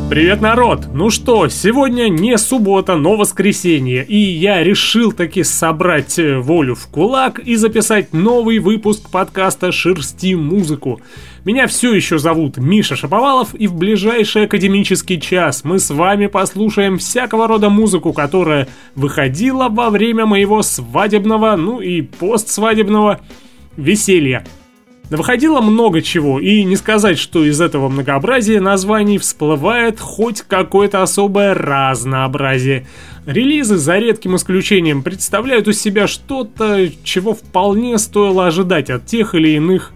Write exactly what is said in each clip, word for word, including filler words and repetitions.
Привет, народ! Ну что, сегодня не суббота, но воскресенье, и я решил таки собрать волю в кулак и записать новый выпуск подкаста «Шерсти музыку». Меня все еще зовут Миша Шаповалов, и в ближайший академический час мы с вами послушаем всякого рода музыку, которая выходила во время моего свадебного, ну и постсвадебного веселья. Да выходило много чего, и не сказать, что из этого многообразия названий всплывает хоть какое-то особое разнообразие. Релизы, за редким исключением, представляют из себя что-то, чего вполне стоило ожидать от тех или иных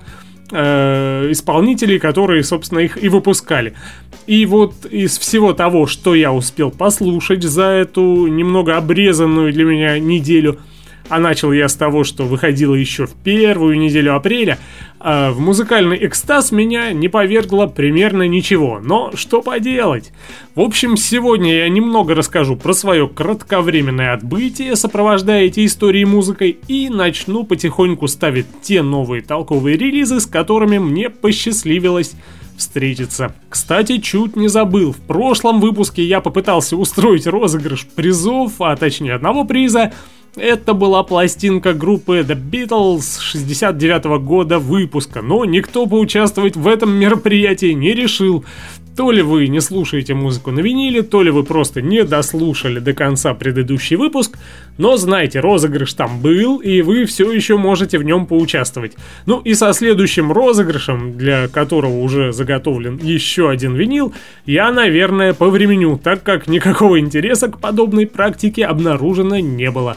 э, исполнителей, которые, собственно, их и выпускали. И вот из всего того, что я успел послушать за эту немного обрезанную для меня неделю, а начал я с того, что выходило еще в первую неделю апреля, а в музыкальный экстаз меня не повергло примерно ничего. Но что поделать? В общем, сегодня я немного расскажу про свое кратковременное отбытие, сопровождая эти истории музыкой, и начну потихоньку ставить те новые толковые релизы, с которыми мне посчастливилось встретиться. Кстати, чуть не забыл, в прошлом выпуске я попытался устроить розыгрыш призов, а точнее одного приза. Это была пластинка группы The Beatles шестьдесят девятого года выпуска, но никто поучаствовать в этом мероприятии не решил. То ли вы не слушаете музыку на виниле, то ли вы просто не дослушали до конца предыдущий выпуск, но знайте, розыгрыш там был, и вы все еще можете в нем поучаствовать. Ну и со следующим розыгрышем, для которого уже заготовлен еще один винил, я, наверное, повременю, так как никакого интереса к подобной практике обнаружено не было.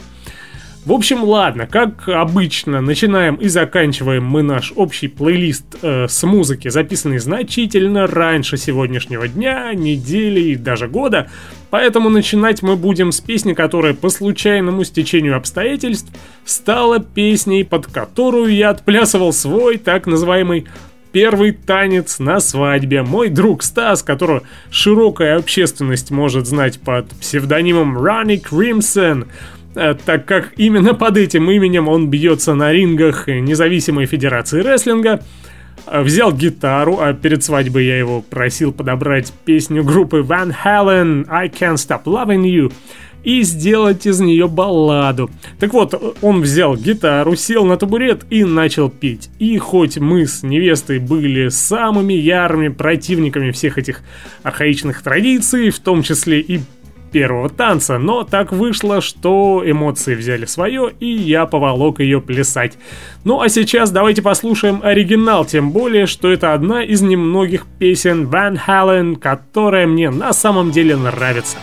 В общем, ладно, как обычно, начинаем и заканчиваем мы наш общий плейлист э, с музыки, записанный значительно раньше сегодняшнего дня, недели и даже года. Поэтому начинать мы будем с песни, которая по случайному стечению обстоятельств стала песней, под которую я отплясывал свой так называемый первый танец на свадьбе. Мой друг Стас, которого широкая общественность может знать под псевдонимом Ronnie Crimson, так как именно под этим именем он бьется на рингах независимой федерации рестлинга, взял гитару, а перед свадьбой я его просил подобрать песню группы Van Halen «I Can't Stop Loving You» и сделать из нее балладу. Так вот, он взял гитару, сел на табурет и начал петь. И хоть мы с невестой были самыми ярыми противниками всех этих архаичных традиций, в том числе и первого танца, но так вышло, что эмоции взяли свое, и я поволок ее плясать. Ну а сейчас давайте послушаем оригинал, тем более, что это одна из немногих песен Van Halen, которая мне на самом деле нравится.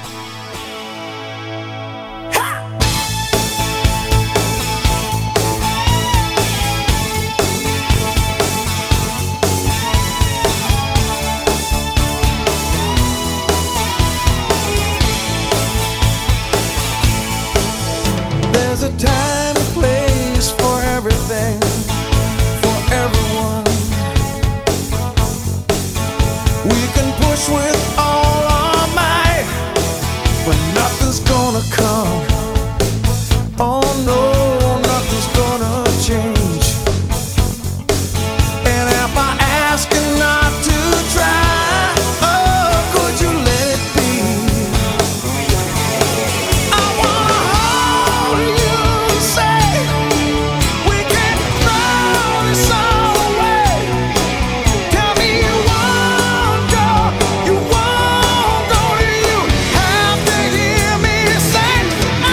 I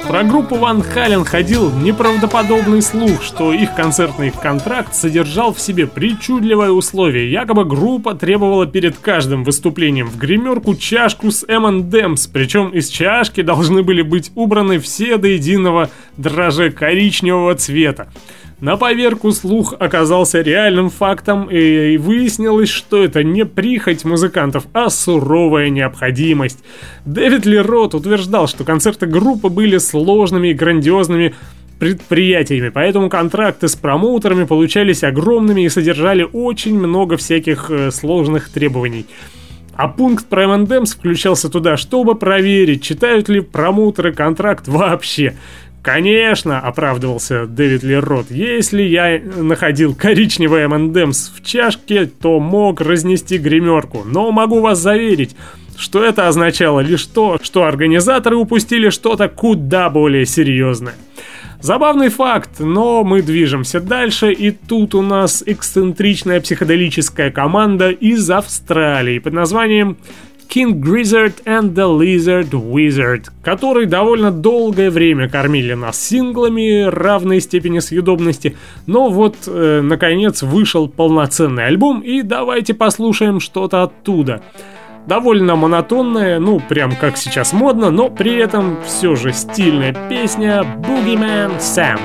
Про группу Ван Хален ходил неправдоподобный слух, что их концертный контракт содержал в себе причудливое условие. Якобы группа требовала перед каждым выступлением в гримерку чашку с эм энд эмс, причем из чашки должны были быть убраны все до единого дрожжи коричневого цвета. На поверку слух оказался реальным фактом, и выяснилось, что это не прихоть музыкантов, а суровая необходимость. Дэвид Ли Рот утверждал, что концерты группы были сложными и грандиозными предприятиями, поэтому контракты с промоутерами получались огромными и содержали очень много всяких э, сложных требований. А пункт про эм энд эмс включался туда, чтобы проверить, читают ли промоутеры контракт вообще. «Конечно», — оправдывался Дэвид Ли Рот, — «если я находил коричневый эм энд эмс в чашке, то мог разнести гримерку. Но могу вас заверить, что это означало лишь то, что организаторы упустили что-то куда более серьезное». Забавный факт, но мы движемся дальше, и тут у нас эксцентричная психоделическая команда из Австралии под названием King Gizzard and the Lizard Wizard, которые довольно долгое время кормили нас синглами равной степени съедобности, но вот, э, наконец, вышел полноценный альбом, и давайте послушаем что-то оттуда. Довольно монотонная, ну прям как сейчас модно, но при этом все же стильная песня Boogeyman Sam.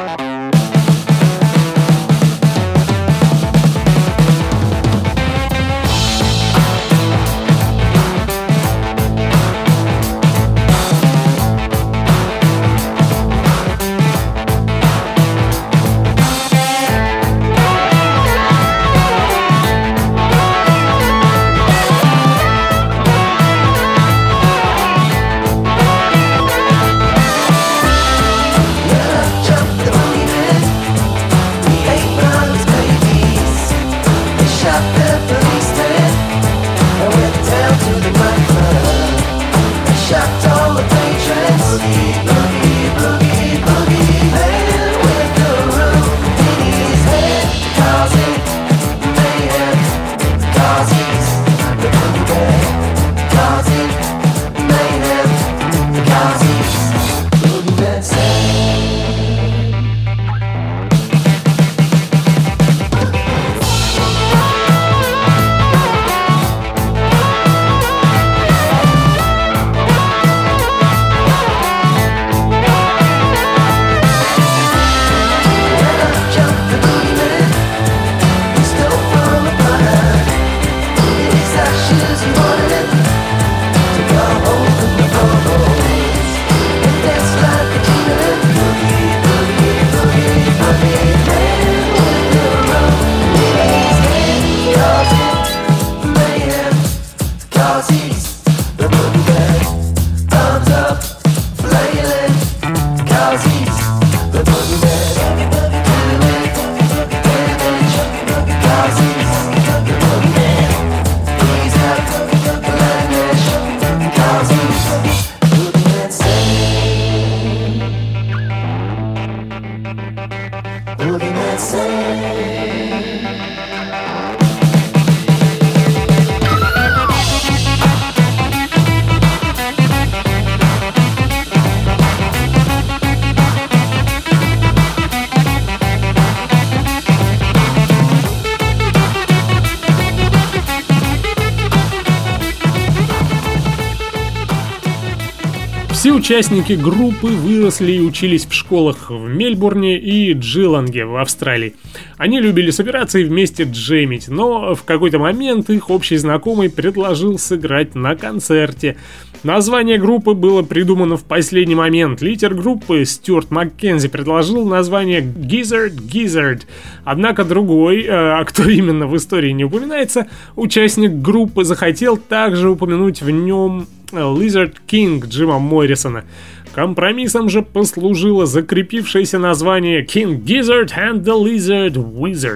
Все участники группы выросли и учились в школах в Мельбурне и Джиланге в Австралии. Они любили собираться и вместе джемить, но в какой-то момент их общий знакомый предложил сыграть на концерте. Название группы было придумано в последний момент. Лидер группы Стюарт Маккензи предложил название Gizzard Gizzard. Однако другой, а кто именно в истории не упоминается, участник группы захотел также упомянуть в нем Lizard King Джима Моррисона. Компромиссом же послужило закрепившееся название King Gizzard and the Lizard Wizard.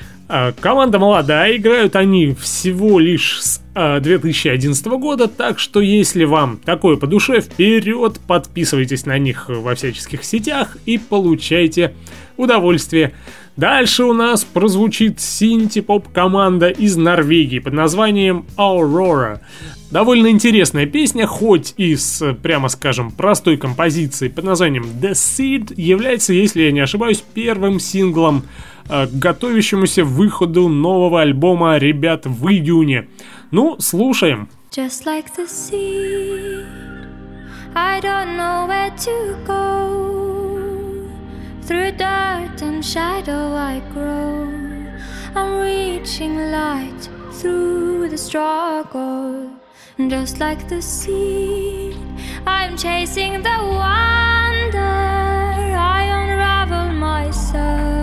А, команда молодая, играют они всего лишь с а, две тысячи одиннадцатого года, так что если вам такое по душе, вперед, подписывайтесь на них во всяческих сетях и получайте удовольствие. Дальше у нас прозвучит синти-поп команда из Норвегии под названием Aurora. Довольно интересная песня, хоть и с, прямо скажем, простой композицией под названием The Seed, является, если я не ошибаюсь, первым синглом э, к готовящемуся выходу нового альбома ребят в июне. Ну, слушаем. Just like the seed, I don't know where to go. Through dirt and shadow I grow. I'm reaching light through the struggle. Just like the seed, I'm chasing the wonder. I unravel myself,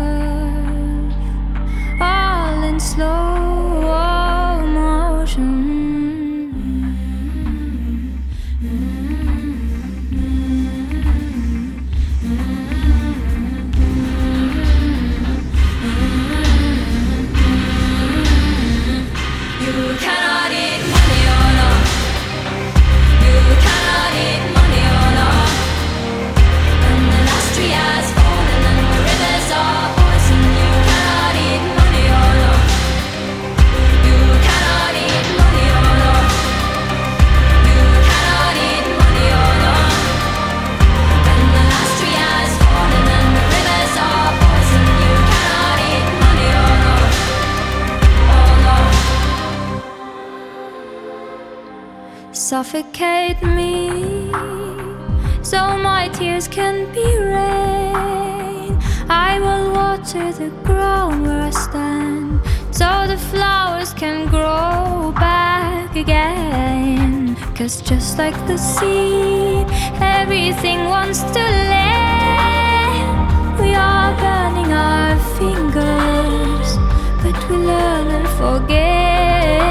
all in slow motion. Suffocate me, so my tears can be rain. I will water the ground where I stand, so the flowers can grow back again. Cause just like the seed, everything wants to land. We are burning our fingers, but we learn and forget.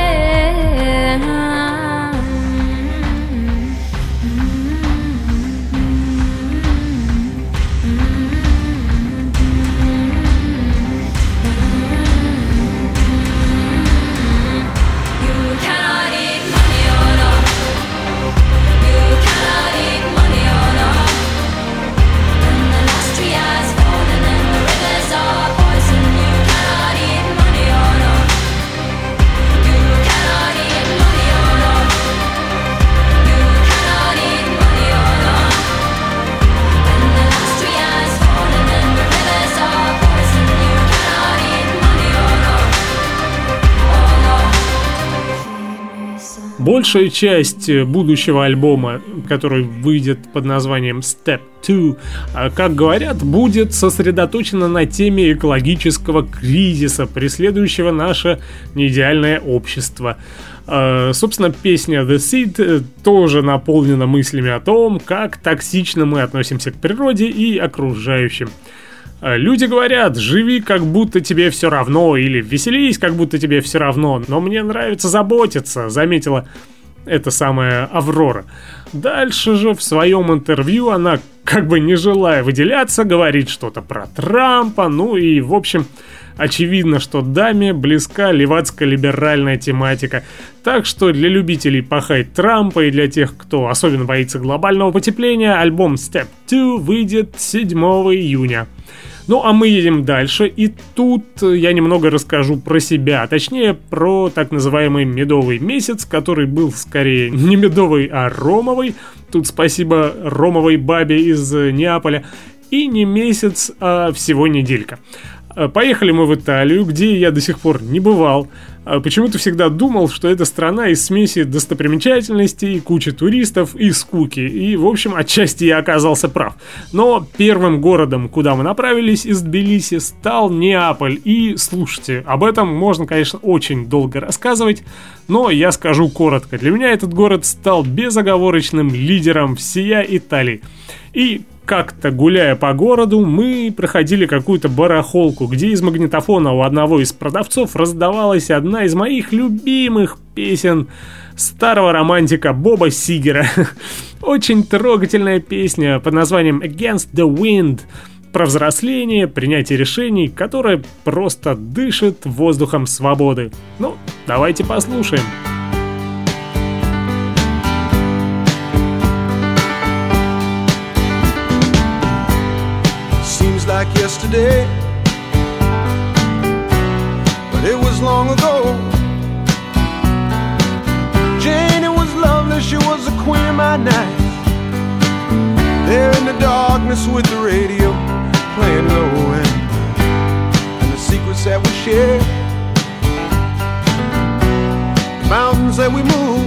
Большая часть будущего альбома, который выйдет под названием Step два, как говорят, будет сосредоточена на теме экологического кризиса, преследующего наше неидеальное общество. Собственно, песня The Seed тоже наполнена мыслями о том, как токсично мы относимся к природе и окружающим. Люди говорят: живи, как будто тебе все равно, или веселись, как будто тебе все равно, но мне нравится заботиться, заметила эта самая Аврора. Дальше же в своем интервью она, как бы не желая выделяться, говорит что-то про Трампа, ну и в общем очевидно, что даме близка левацко-либеральная тематика. Так что для любителей пахать Трампа и для тех, кто особенно боится глобального потепления, альбом Step два выйдет седьмого июня. Ну а мы едем дальше, и тут я немного расскажу про себя, а точнее про так называемый медовый месяц, который был скорее не медовый, а ромовый. Тут спасибо ромовой бабе из Неаполя. И не месяц, а всего неделька. Поехали мы в Италию, где я до сих пор не бывал. Почему-то всегда думал, что это страна из смеси достопримечательностей, кучи туристов и скуки. И, в общем, отчасти я оказался прав. Но первым городом, куда мы направились из Тбилиси, стал Неаполь. И, слушайте, об этом можно, конечно, очень долго рассказывать, но я скажу коротко. Для меня этот город стал безоговорочным лидером всея Италии. И как-то, гуляя по городу, мы проходили какую-то барахолку, где из магнитофона у одного из продавцов раздавалась одна из моих любимых песен старого романтика Боба Сигера. Очень трогательная песня под названием Against the Wind, про взросление, принятие решений, которое просто дышит воздухом свободы. Ну, давайте послушаем. Like yesterday, but it was long ago. Jane mess with the radio, playing low end, and the secrets that we share, the mountains that we move,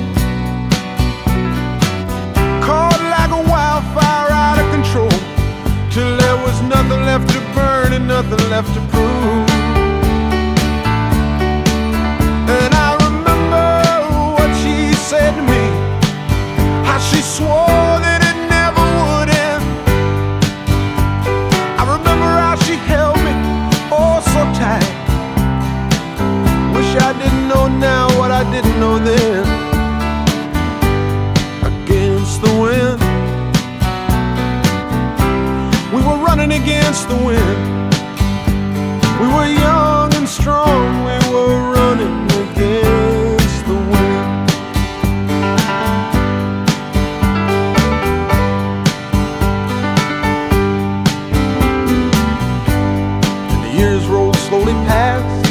caught like a wildfire out of control, till there was nothing left to burn and nothing left to prove. And I remember what she said to me, how she swore that it never would end. I remember how she held me oh so tight. Wish I didn't know now what I didn't know then. Against the wind, we were running against the wind. We were young and strong, we were running against the wind. And the years rolled slowly past,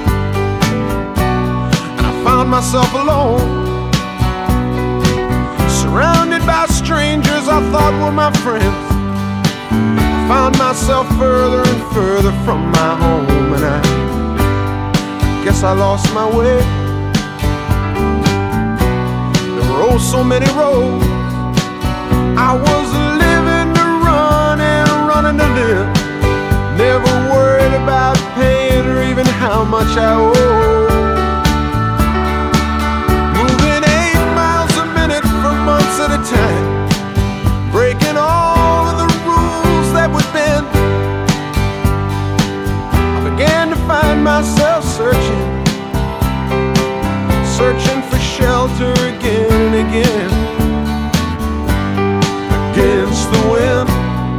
and I found myself alone, surrounded by strangers I thought were my friends. I found myself further and further from my home, and I guess I lost my way. There were oh so many roads. I was living to run and running to live, never worried about paying or even how much I owe. Moving eight miles a minute for months at a time, breaking all of the rules that would bend. I began to find myself searching, searching for shelter again and again. Against the wind,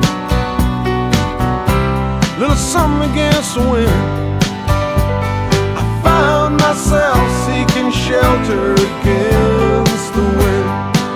little something against the wind. I found myself seeking shelter against the wind.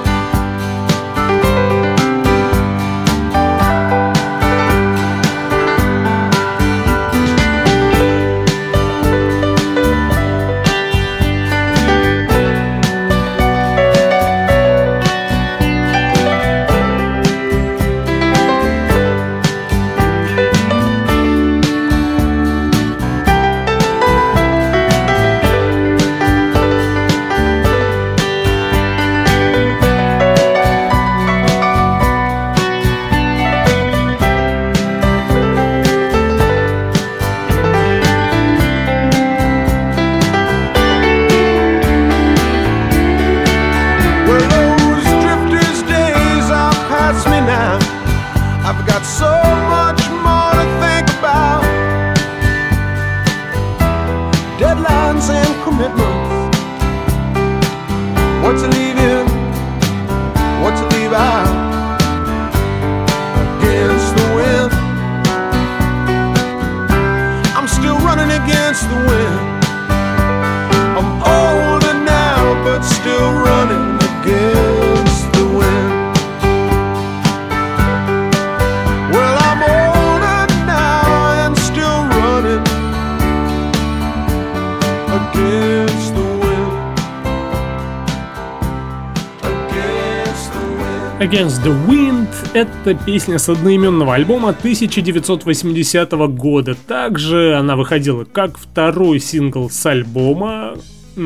Against the Wind — это песня с одноименного альбома тысяча девятьсот восьмидесятого года. Также она выходила как второй сингл с альбома,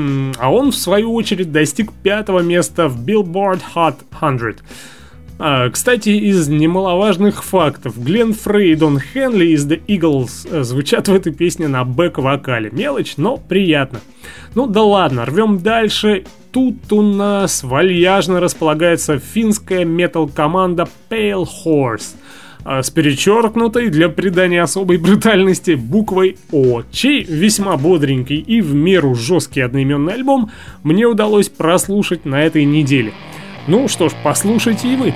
а он в свою очередь достиг пятого места в Billboard Hot сто. А, кстати, из немаловажных фактов: Глен Фрей и Дон Хенли из The Eagles звучат в этой песне на бэк-вокале. Мелочь, но приятно. Ну да ладно, рвем дальше. Тут у нас вальяжно располагается финская метал-команда Pale Horse с перечеркнутой для придания особой брутальности буквой О, чей весьма бодренький и в меру жесткий одноименный альбом мне удалось прослушать на этой неделе. Ну что ж, послушайте и вы.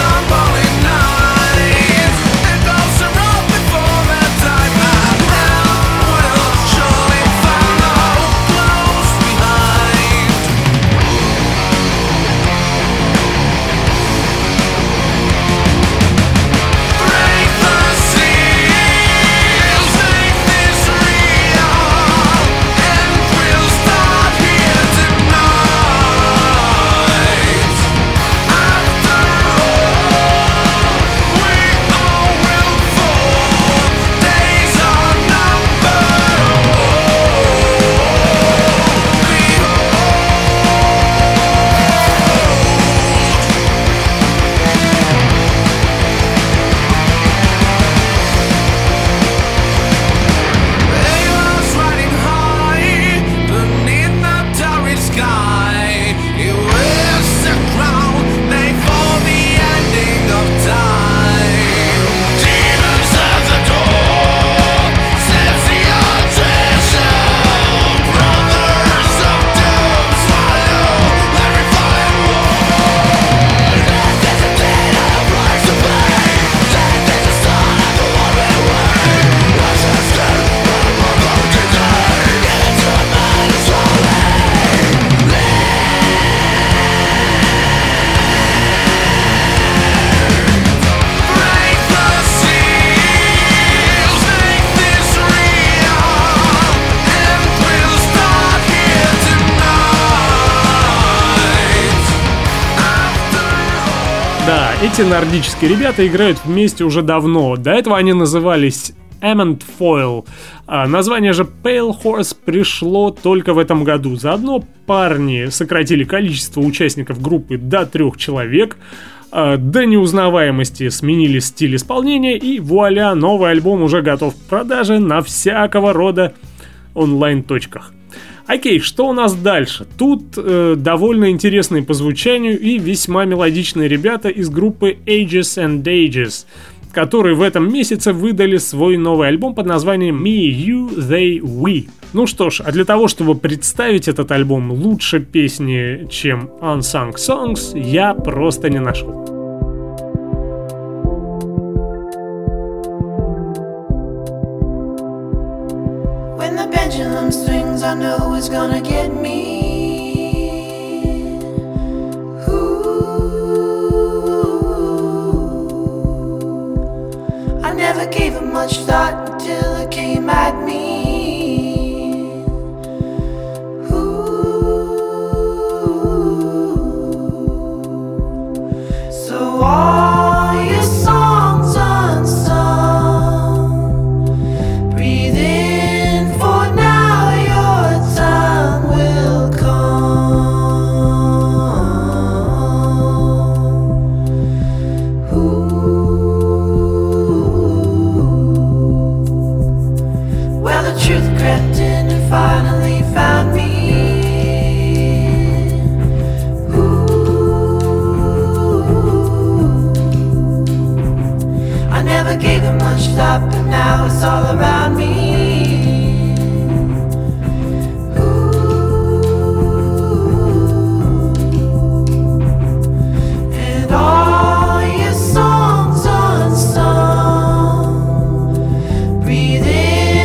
Now эти нордические ребята играют вместе уже давно. До этого они назывались Amand Foil. А название же Pale Horse пришло только в этом году. Заодно парни сократили количество участников группы до трех человек, а до неузнаваемости сменили стиль исполнения, и вуаля, новый альбом уже готов к продаже на всякого рода онлайн-точках. Окей, что у нас дальше? Тут э, довольно интересные по звучанию и весьма мелодичные ребята из группы Ages and Ages, которые в этом месяце выдали свой новый альбом под названием Me, You, They, We. Ну что ж, а для того, чтобы представить этот альбом лучше песни, чем Unsung Songs, я просто не нашел. When the pendulum swings, I know it's gonna get me. I never gave it much thought until it came at me. Ooh. So all your songs unsung, breathe in, for now your time will come. Ooh. Truth crept in and finally found me. Ooh. I never gave it much thought, but now it's all around me. Ooh. And all your songs unsung, breathe in.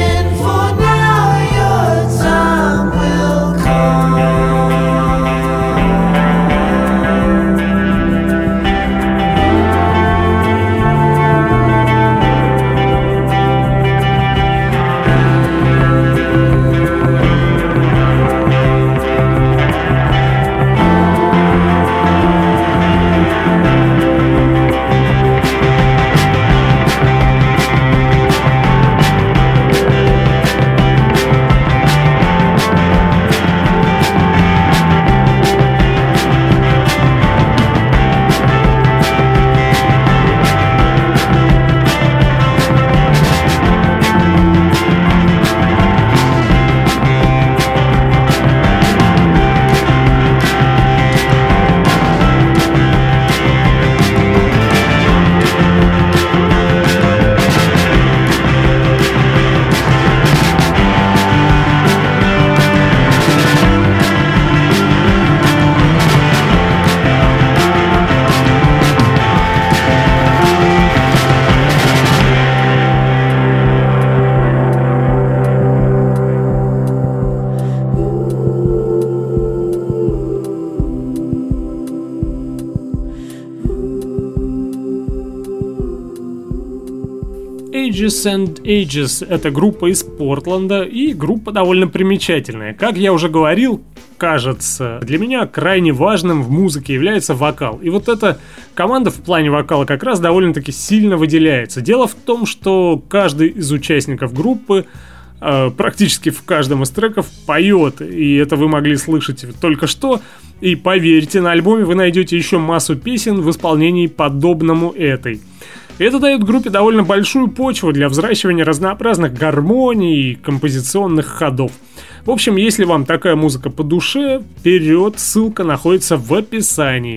Ages and Ages — это группа из Портленда, и группа довольно примечательная. Как я уже говорил, кажется, для меня крайне важным в музыке является вокал. И вот эта команда в плане вокала как раз довольно-таки сильно выделяется. Дело в том, что каждый из участников группы э, практически в каждом из треков поет, и это вы могли слышать только что. И поверьте, на альбоме вы найдете еще массу песен в исполнении подобному этой. И это дает группе довольно большую почву для взращивания разнообразных гармоний и композиционных ходов. В общем, если вам такая музыка по душе, вперед, ссылка находится в описании.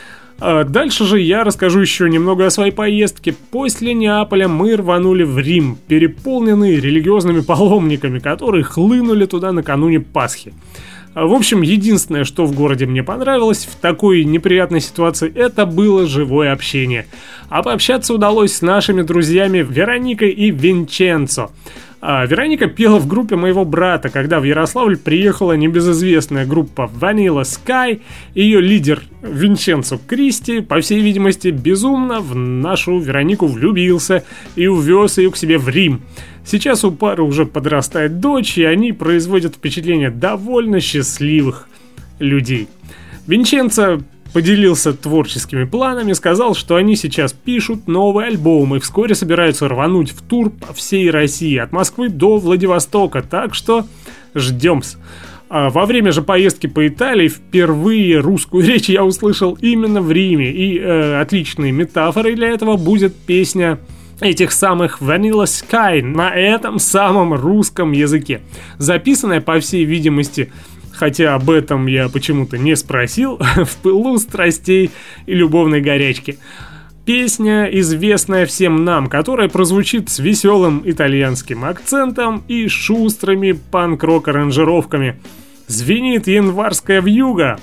А дальше же я расскажу еще немного о своей поездке. После Неаполя мы рванули в Рим, переполненные религиозными паломниками, которые хлынули туда накануне Пасхи. В общем, единственное, что в городе мне понравилось в такой неприятной ситуации, это было живое общение. А пообщаться удалось с нашими друзьями Вероникой и Винченцо. А Вероника пела в группе моего брата, когда в Ярославль приехала небезызвестная группа Vanilla Sky. Ее лидер Винченцо Кристи, по всей видимости, безумно в нашу Веронику влюбился и увез ее к себе в Рим. Сейчас у пары уже подрастает дочь, и они производят впечатление довольно счастливых людей. Винченцо поделился творческими планами, сказал, что они сейчас пишут новый альбом и вскоре собираются рвануть в тур по всей России, от Москвы до Владивостока, так что ждем-с. Во время же поездки по Италии впервые русскую речь я услышал именно в Риме, и э, отличной метафорой для этого будет песня этих самых Vanilla Sky на этом самом русском языке, записанная, по всей видимости, хотя об этом я почему-то не спросил, в пылу страстей и любовной горячки. Песня, известная всем нам, которая прозвучит с веселым итальянским акцентом и шустрыми панк-рок аранжировками. Звенит январская вьюга.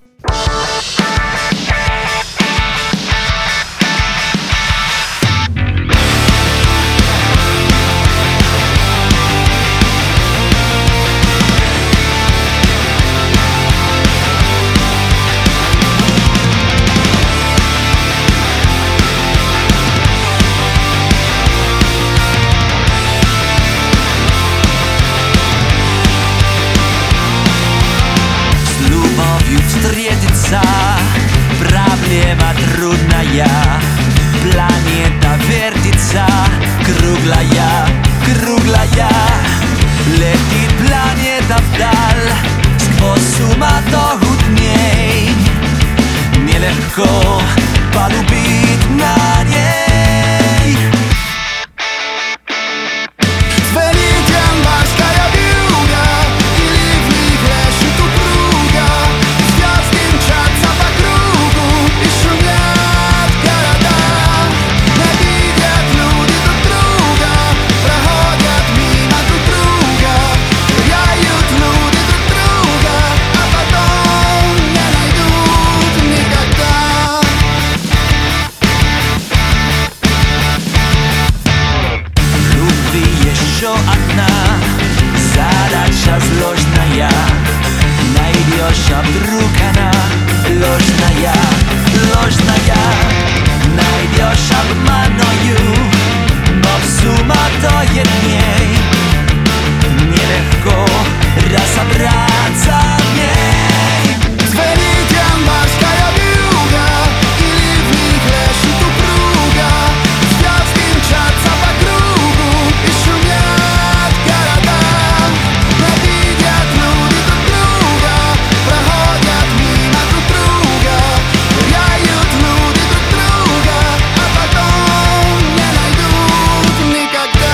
Проблема трудная, планета вертится, круглая, круглая. Летит планета вдаль, сквозь суматоху дней. Нелегко полюбить на ней. Звенит январская вьюга, и ливни хлещут упруга, звезды мчатся по кругу и шумят города. Ненавидят люди друг друга, проходят мимо друг друга, теряют люди друг друга, а потом не найдут никогда. Любви еще одна задача сложная. Найдешь, а вдруг она ложная, ложная. Найдешь обманную, но в суматохе дней нелегко разобраться в ней. Звенит январская вьюга, и ливни хлещут упруга, звезды мчатся по кругу и шумят города. Ненавидят люди друг друга, проходят мимо друг друга, теряют люди друг друга, а потом не найдут никогда.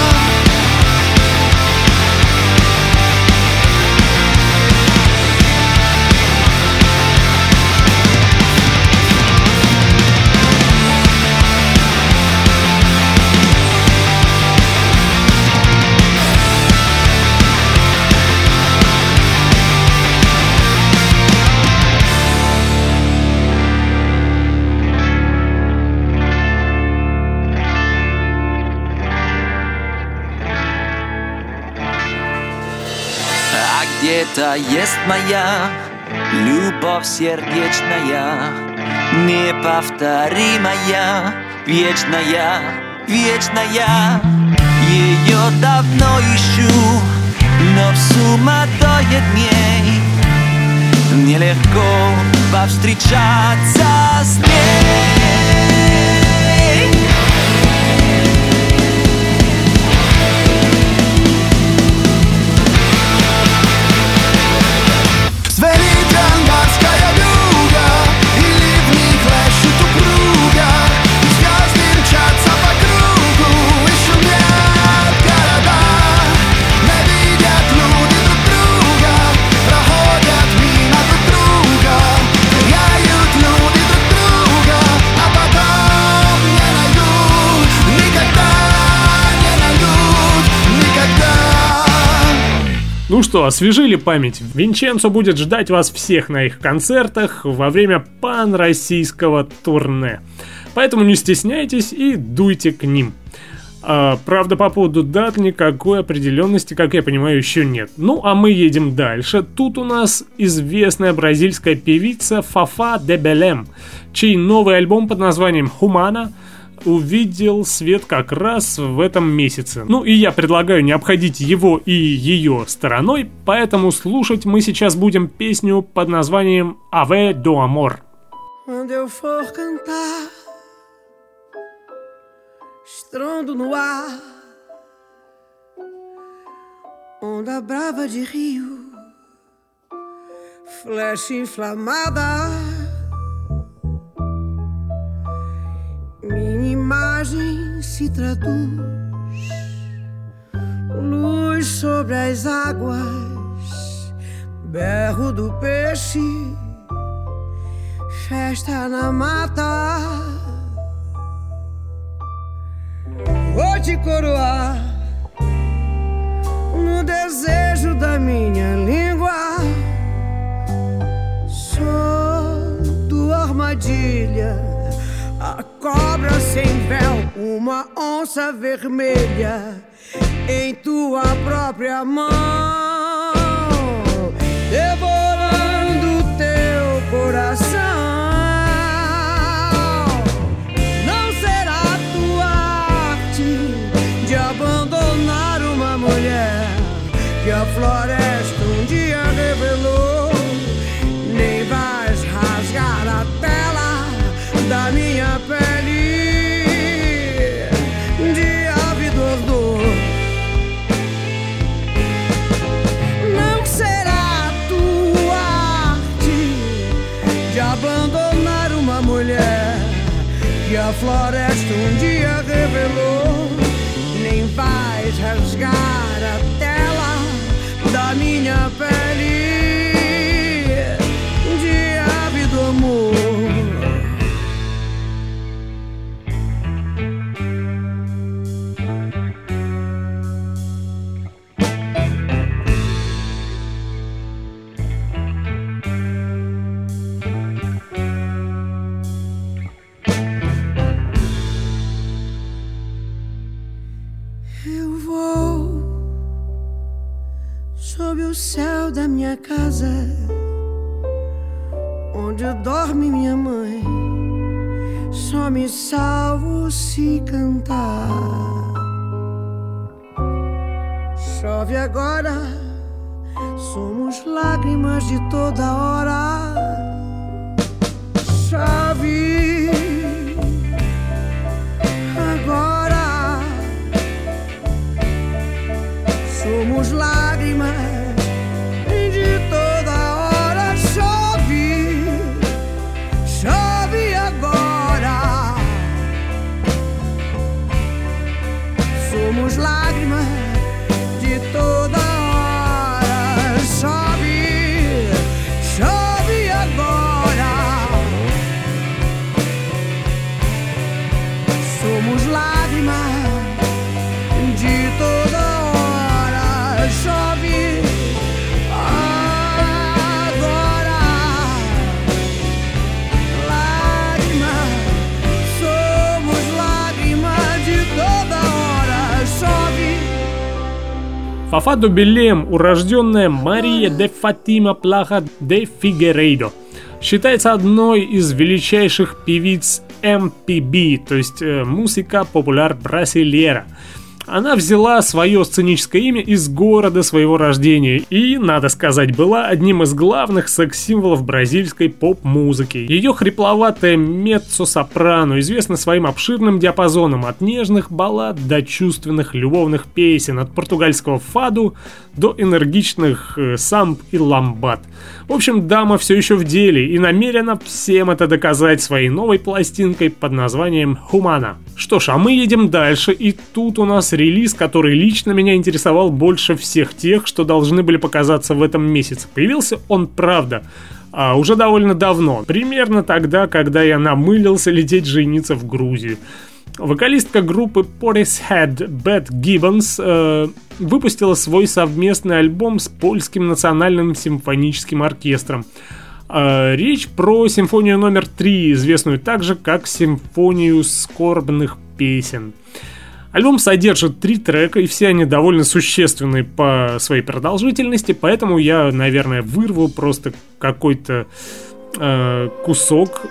А где-то есть моя любовь сердечная, неповторимая, вечная, вечная. Ее давно ищу, но в суматохе дней нелегко повстречаться с ней. Звенит январская вьюга, и ливни хлещут упруга, звезды мчатся по кругу и шумят города. Ненавидят люди друг друга, проходят мимо друг друга, теряют люди друг друга, а потом не найдут никогда, не найдут никогда. Ну что, освежили память? Винченцо будет ждать вас всех на их концертах во время пан-российского турне. Поэтому не стесняйтесь и дуйте к ним. А, правда, по поводу дат никакой определенности, как я понимаю, еще нет. Ну, а мы едем дальше. Тут у нас известная бразильская певица Фафа де Белем, чей новый альбом под названием «Humana» увидел свет как раз в этом месяце. Ну и я предлагаю не обходить его и ее стороной, поэтому слушать мы сейчас будем песню под названием «Ave do Amor». Quando eu for cantar, estrondo no ar, onda brava de rio, flecha inflamada, minha imagem se traduz, luz sobre as águas, berro do peixe, festa na mata. Vou te coroar no desejo da minha língua. Sou tua armadilha, a cobra sem véu, uma onça vermelha em tua própria mão, devorando teu coração. Não será tua arte de abandonar uma mulher que a floresta um dia revelou, nem vais rasgar a tela da minha pele de avidor. Não será tua arte de abandonar uma mulher que a floresta um dia revelou, nem vais rasgar a tela da minha pele de ávido amor. Eu vou sob o céu da minha casa, onde dorme minha mãe. Só me salvo se cantar. Chove agora, somos lágrimas de toda hora. Chove agora, somos lágrimas de toda hora. Chove, chove agora, somos lágrimas de toda hora. Chove, chove agora, somos lágrimas de toda hora. Chove agora, lágrimas, somos lágrimas de toda hora. Chove. Фафа до Белем, урожденная Мария де Фатима Плаха де Фигерейдо, считается одной из величайших певиц эм пи би, то есть э, музыка популяр брасилера. Она взяла свое сценическое имя из города своего рождения и, надо сказать, была одним из главных секс-символов бразильской поп-музыки. Ее хрипловатое меццо-сопрано известно своим обширным диапазоном от нежных баллад до чувственных любовных песен, от португальского фаду до энергичных э, самб и ламбад. В общем, дама все еще в деле и намерена всем это доказать своей новой пластинкой под названием «Humana». Что ж, а мы едем дальше, и тут у нас релиз, который лично меня интересовал больше всех тех, что должны были показаться в этом месяце. Появился он, правда, а, уже довольно давно, примерно тогда, когда я намылился лететь жениться в Грузию. Вокалистка группы Portishead Бет Гиббонс э, выпустила свой совместный альбом с Польским национальным симфоническим оркестром. Э, речь про симфонию номер три, известную также как симфонию скорбных песен. Альбом содержит три трека, и все они довольно существенные по своей продолжительности, поэтому я, наверное, вырву просто какой-то э, кусок.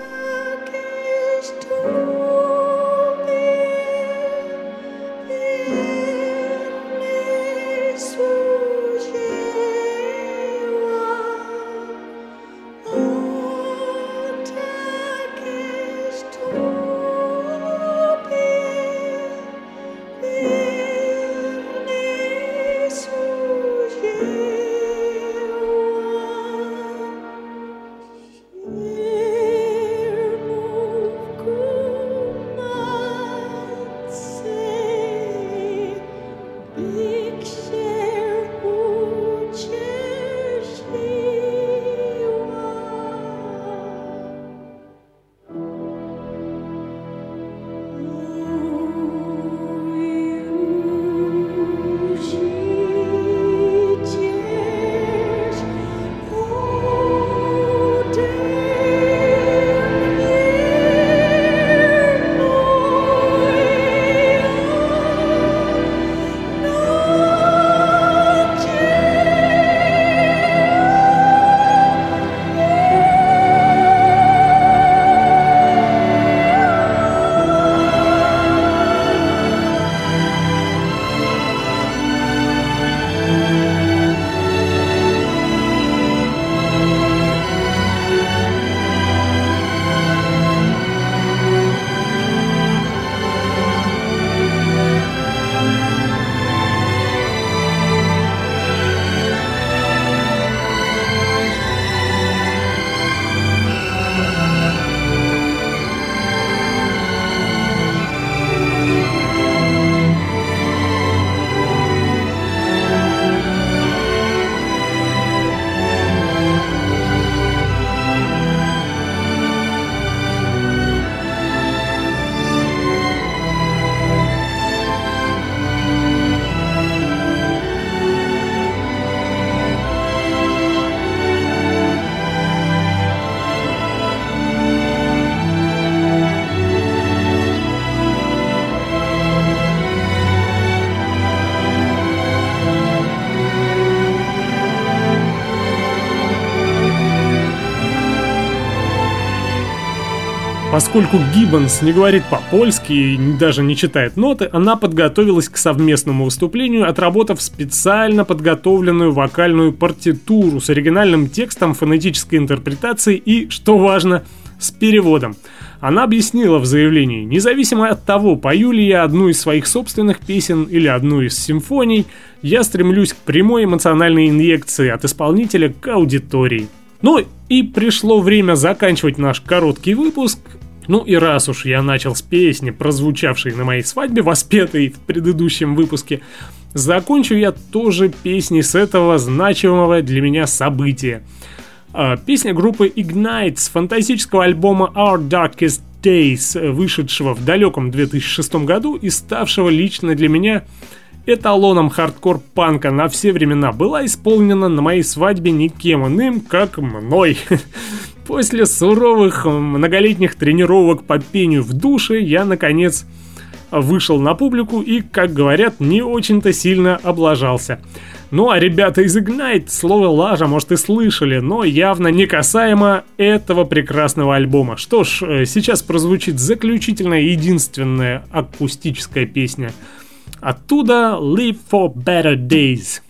Поскольку Гиббонс не говорит по-польски и даже не читает ноты, она подготовилась к совместному выступлению, отработав специально подготовленную вокальную партитуру с оригинальным текстом, фонетической интерпретацией и, что важно, с переводом. Она объяснила в заявлении: независимо от того, пою ли я одну из своих собственных песен или одну из симфоний, я стремлюсь к прямой эмоциональной инъекции от исполнителя к аудитории. Ну и пришло время заканчивать наш короткий выпуск. Ну и раз уж я начал с песни, прозвучавшей на моей свадьбе, воспетой в предыдущем выпуске, закончу я тоже песней с этого значимого для меня события. Песня группы Ignite с фантастического альбома Our Darkest Days, вышедшего в далеком две тысячи шестом году и ставшего лично для меня эталоном хардкор-панка на все времена, была исполнена на моей свадьбе никем иным, как мной. После суровых многолетних тренировок по пению в душе я, наконец, вышел на публику и, как говорят, не очень-то сильно облажался. Ну а ребята из Ignite слово «лажа», может, и слышали, но явно не касаемо этого прекрасного альбома. Что ж, сейчас прозвучит заключительная, единственная акустическая песня оттуда, Live for Better Days.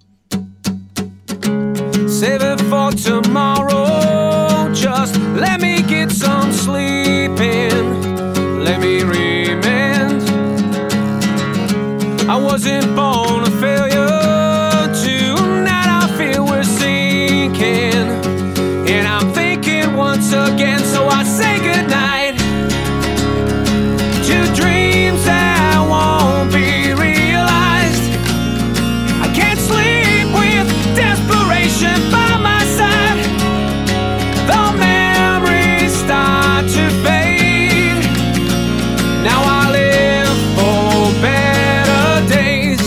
Save it for tomorrow. Just let me get some sleep in. Let me remind I wasn't born a failure. Tonight I feel we're sinking, and I'm thinking once again. So I say goodnight to dreams that won't be realized. I can't sleep with desperation by my side. The memories start to fade. Now I live for better days.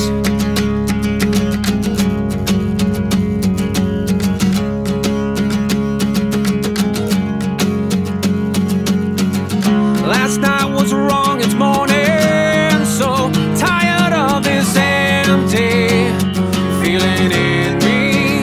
Last night was wrong, it's morning. So tired of this empty feeling in me.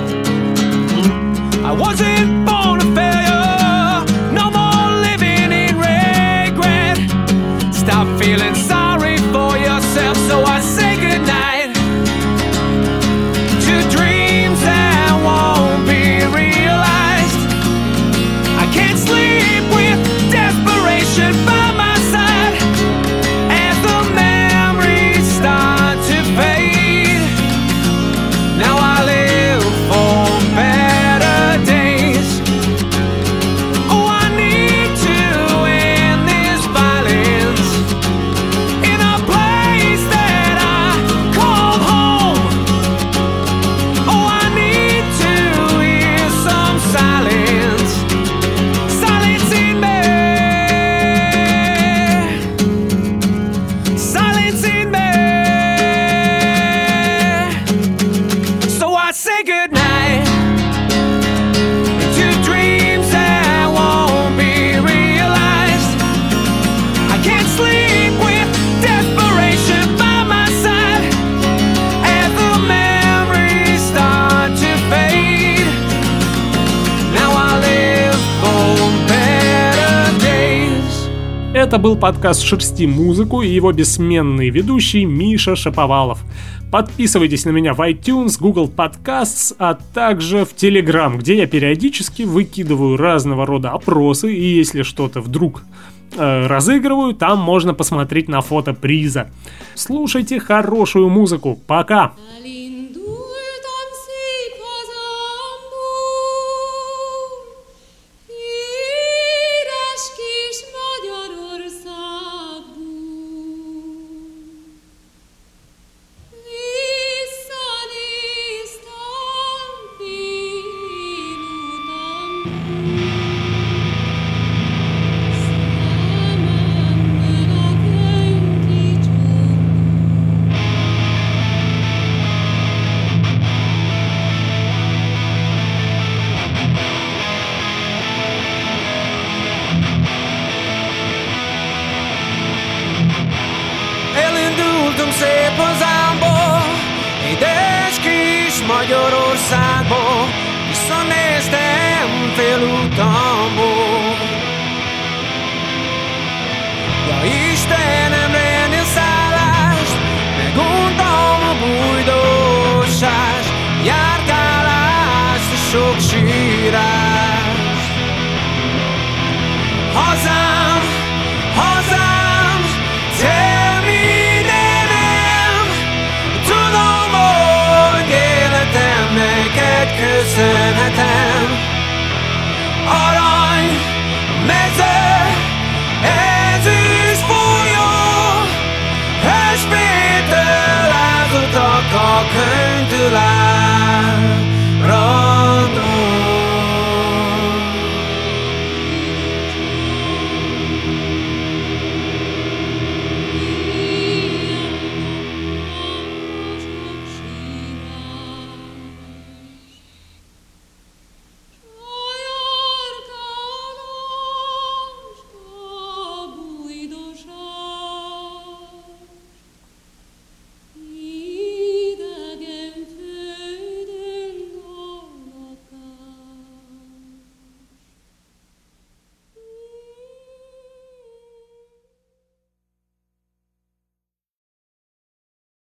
I wasn't born a failure. No more living in regret. Stop feeling sorry for yourself. So I say goodnight to dreams that won't be realized. I can't sleep with desperation by my side as the memories start to fade. Now I live for better days. Oh, I need to end this violence in a place that I call home. Oh, I need to hear some silence. Silence in me. Silence in me. So I say goodnight to dreams that won't be realized. I can't sleep with desperation by my side as the memories start to fade. Now I live for better days. Это был подкаст «Шерсти музыку» и его бессменный ведущий Миша Шаповалов. Подписывайтесь на меня в iTunes, Google Podcasts, а также в Telegram, где я периодически выкидываю разного рода опросы, и если что-то вдруг э, разыгрываю, там можно посмотреть на фото приза. Слушайте хорошую музыку. Пока! Elindultam szép hazámból, édes kis Magyarországból. Visszanéztem fényutamból, szememben a könti csomó. Elindultam szép hazámból, édes kis Magyarországból, visszanéztem félutamból. este nem remél szállást, meguntam a bújdósás, járkálást, a sok sírást. Hazám, hazám, tell me the name. Tudom, hogy életem neked köszönhetem. Arany, mező, ezüst folyó, Hős Péter lázutak a könyvtől áll.